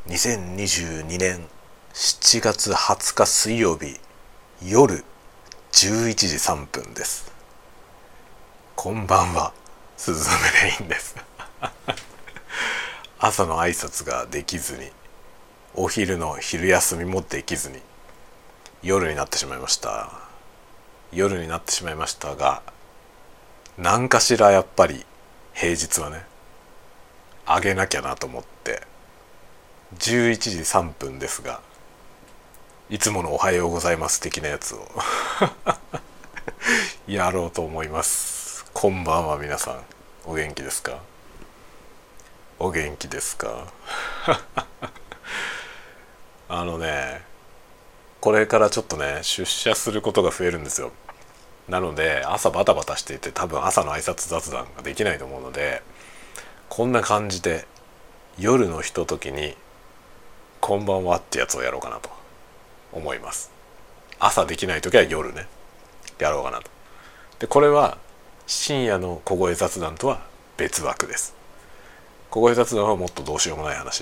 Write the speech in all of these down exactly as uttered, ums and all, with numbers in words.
にせんにじゅうにねんしちがつはつか水曜日夜じゅういちじさんぷんです。こんばんは、スズムレインです朝の挨拶ができずに、お昼の昼休みもできずに夜になってしまいました夜になってしまいましたが、何かしらやっぱり平日はねあげなきゃなと思ってじゅういちじさんぷんですが、いつものおはようございます的なやつをやろうと思います。こんばんは、皆さんお元気ですかお元気ですかあのねこれからちょっとね出社することが増えるんですよ。なので朝バタバタしていて、多分朝の挨拶雑談ができないと思うので、こんな感じで夜のひとときにこんばんはってやつをやろうかなと思います。朝できない時は夜ねやろうかなと。でこれは深夜の小声雑談とは別枠です。小声雑談はもっとどうしようもない話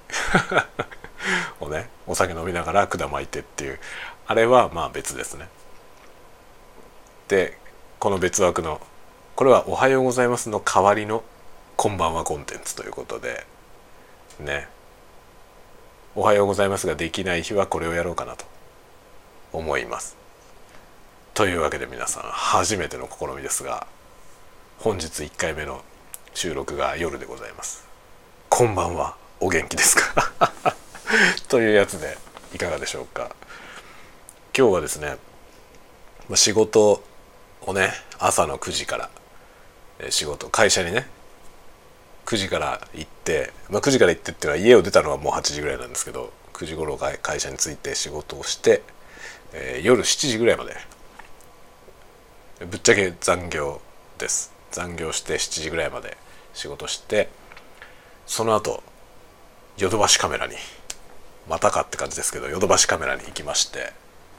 をね、お酒飲みながら管巻いてっていう、あれはまあ別ですね。でこの別枠のこれはおはようございますの代わりのこんばんはコンテンツということでね、おはようございますができない日はこれをやろうかなと思います。というわけで皆さん、初めての試みですが、本日いっかいめの収録が夜でございます。こんばんは、お元気ですかというやつでいかがでしょうか。今日はですね、仕事をね朝のくじから仕事会社にねくじから行って、まあ、くじから行ってっていうのは家を出たのはもうはちじぐらいなんですけど、くじ頃会社に着いて仕事をして、えー、夜しちじぐらいまでぶっちゃけ残業です。残業してしちじぐらいまで仕事して、その後ヨドバシカメラにまたかって感じですけどヨドバシカメラに行きまして、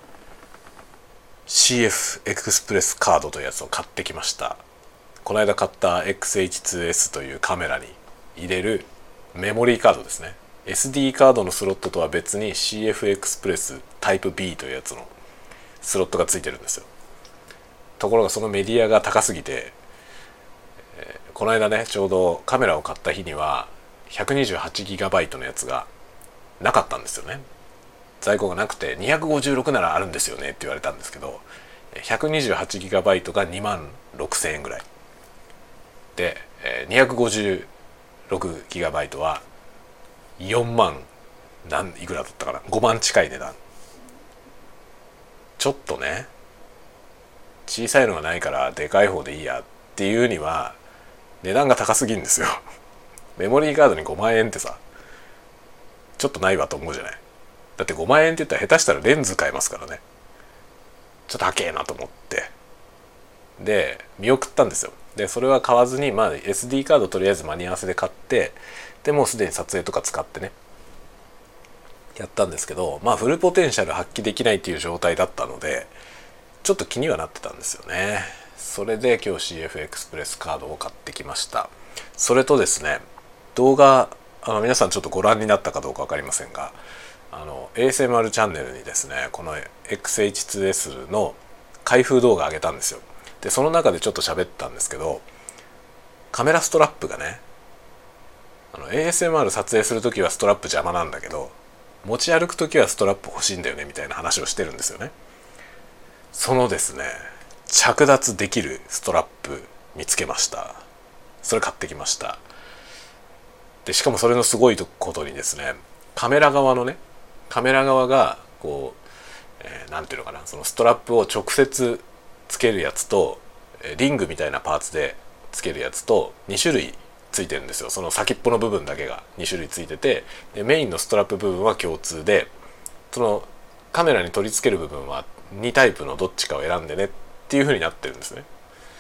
シーエフ エクスプレスカードというやつを買ってきました。この間買った エックスエイチツーエス というカメラに入れるメモリーカードですね。 エスディー カードのスロットとは別に シーエフ エクスプレスタイプ ビー というやつのスロットがついてるんですよ。ところがそのメディアが高すぎて、えー、この間ねちょうどカメラを買った日には ひゃくにじゅうはちギガバイト のやつがなかったんですよね。在庫がなくてにひゃくごじゅうろくならあるんですよねって言われたんですけど、 ひゃくにじゅうはちギガバイト がにまんろくせんえんぐらいで、にひゃくごじゅうろくギガバイト はよんまん何いくらだったかな、ごまん近い値段。ちょっとね小さいのがないからでかい方でいいやっていうには値段が高すぎるんですよメモリーカードにごまんえんってさちょっとないわと思うじゃない。だってごまんえんって言ったら下手したらレンズ買えますからね。ちょっと高えなと思ってで見送ったんですよ。でそれは買わずに、まあ、エスディー カードとりあえず間に合わせで買って、でもうすでに撮影とか使ってねやったんですけど、まあフルポテンシャル発揮できないっていう状態だったのでちょっと気にはなってたんですよね。それで今日 シーエフ エクスプレスカードを買ってきました。それとですね、動画あの皆さんちょっとご覧になったかどうか分かりませんが、あの エーエスエムアール チャンネルにですねこの エックスエイチツーエス の開封動画上げたんですよ。でその中でちょっと喋ったんですけど、カメラストラップがね、あの エーエスエムアール 撮影するときはストラップ邪魔なんだけど持ち歩くときはストラップ欲しいんだよねみたいな話をしてるんですよね。そのですね着脱できるストラップ見つけました。それ買ってきました。でしかもそれのすごいことにですね、カメラ側のねカメラ側がこう、えー、なんていうのかな、そのストラップを直接つけるやつとリングみたいなパーツでつけるやつとに種類ついてるんですよ。その先っぽの部分だけがに種類ついてて、でメインのストラップ部分は共通で、そのカメラに取り付ける部分はにタイプのどっちかを選んでねっていう風になってるんですね。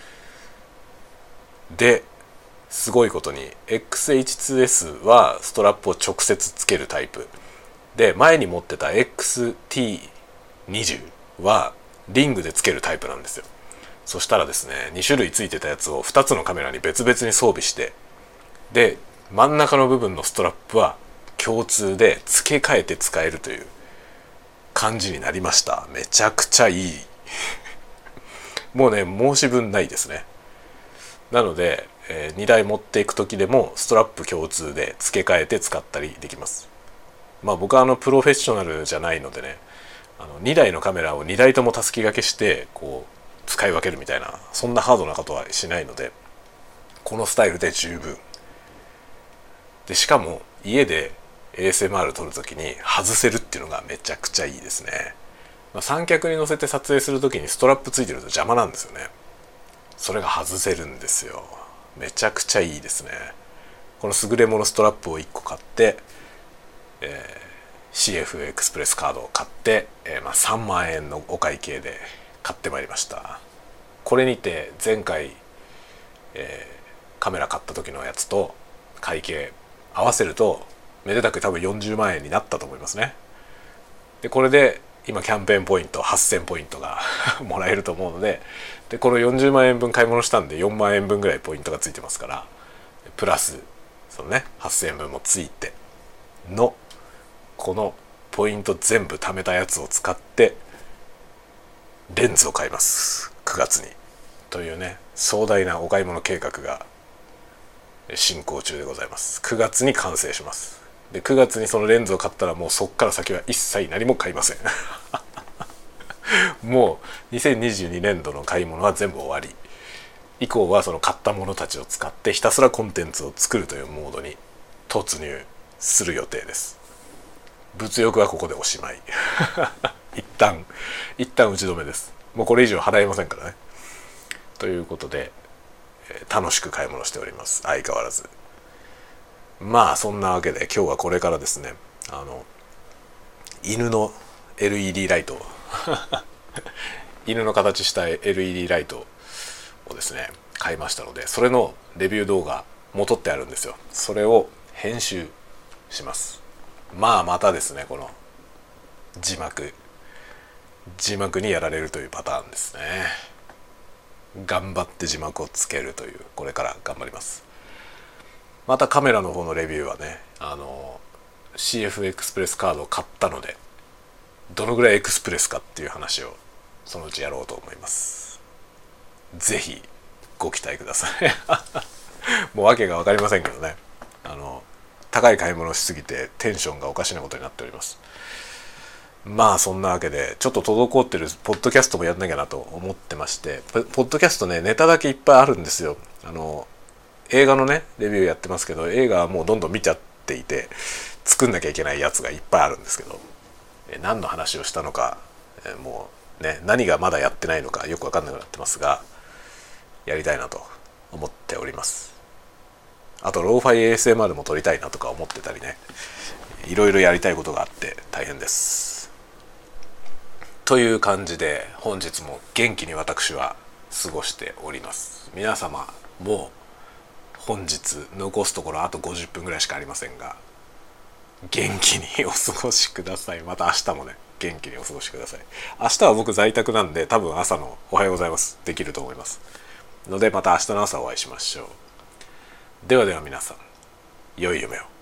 ですごいことに エックスエイチツーエス はストラップを直接つけるタイプで、前に持ってた エックスティーにじゅう はリングでつけるタイプなんですよ。そしたらですねに種類ついてたやつをふたつのカメラに別々に装備して、で真ん中の部分のストラップは共通で付け替えて使えるという感じになりました。めちゃくちゃいいもうね申し分ないですね。なので、えー、にだい持っていく時でもストラップ共通で付け替えて使ったりできます。まあ僕はあのプロフェッショナルじゃないのでね、あのにだいのカメラをにだいともたすき掛けしてこう使い分けるみたいなそんなハードなことはしないので、このスタイルで十分で、しかも家で エーエスエムアール 撮るときに外せるっていうのがめちゃくちゃいいですね。まあ、三脚に乗せて撮影するときにストラップついてると邪魔なんですよね。それが外せるんですよ。めちゃくちゃいいですね。この優れものストラップをいっこ買って、えー、シーエフ エクスプレスカードを買って、えーまあ、さんまんえんのお会計で買ってまいりました。これにて前回、えー、カメラ買った時のやつと会計合わせるとめでたく多分よんじゅうまんえんになったと思いますね。でこれで今キャンペーンポイントはっせんポイントがもらえると思うので、でこのよんじゅうまんえんぶん買い物したんでよんまんえんぶんぐらいポイントがついてますから、プラスそのねはっせんえんぶんもついてのこのポイント全部貯めたやつを使ってレンズを買いますくがつにというね壮大なお買い物計画が進行中でございます。くがつに完成します。でくがつにそのレンズを買ったらもうそっから先は一切何も買いませんもうにせんにじゅうにねんどの買い物は全部終わり、以降はその買ったものたちを使ってひたすらコンテンツを作るというモードに突入する予定です。物欲はここでおしまい一旦一旦打ち止めです。もうこれ以上払えませんからね。ということで楽しく買い物しております、相変わらず。まあそんなわけで今日はこれからですね、あの犬の エルイーディー ライト犬の形した エルイーディー ライトをですね買いましたので、それのレビュー動画も撮ってあるんですよ。それを編集します。まあまたですねこの字幕字幕にやられるというパターンですね。頑張って字幕をつけるという、これから頑張ります。またカメラの方のレビューはね、あの シーエフ エクスプレスカードを買ったのでどのぐらいエクスプレスかっていう話をそのうちやろうと思います。ぜひご期待くださいもう訳が分かりませんけどね、あの高い買い物をしすぎてテンションがおかしなことになっております。まあそんなわけでちょっと滞ってるポッドキャストもやんなきゃなと思ってまして、ポッドキャストねネタだけいっぱいあるんですよ。あの映画のねレビューやってますけど、映画はもうどんどん見ちゃっていて作んなきゃいけないやつがいっぱいあるんですけど、え何の話をしたのか、えもうね何がまだやってないのかよく分かんなくなってますが、やりたいなと思っております。あとローファイ エーエスエムアール も撮りたいなとか思ってたりね、いろいろやりたいことがあって大変です。という感じで本日も元気に私は過ごしております。皆様も本日残すところあとごじゅっぷんぐらいしかありませんが、元気にお過ごしください。また明日もね元気にお過ごしください。明日は僕在宅なんで多分朝のおはようございますできると思いますので、また明日の朝お会いしましょう。ではでは皆さん良い夢を。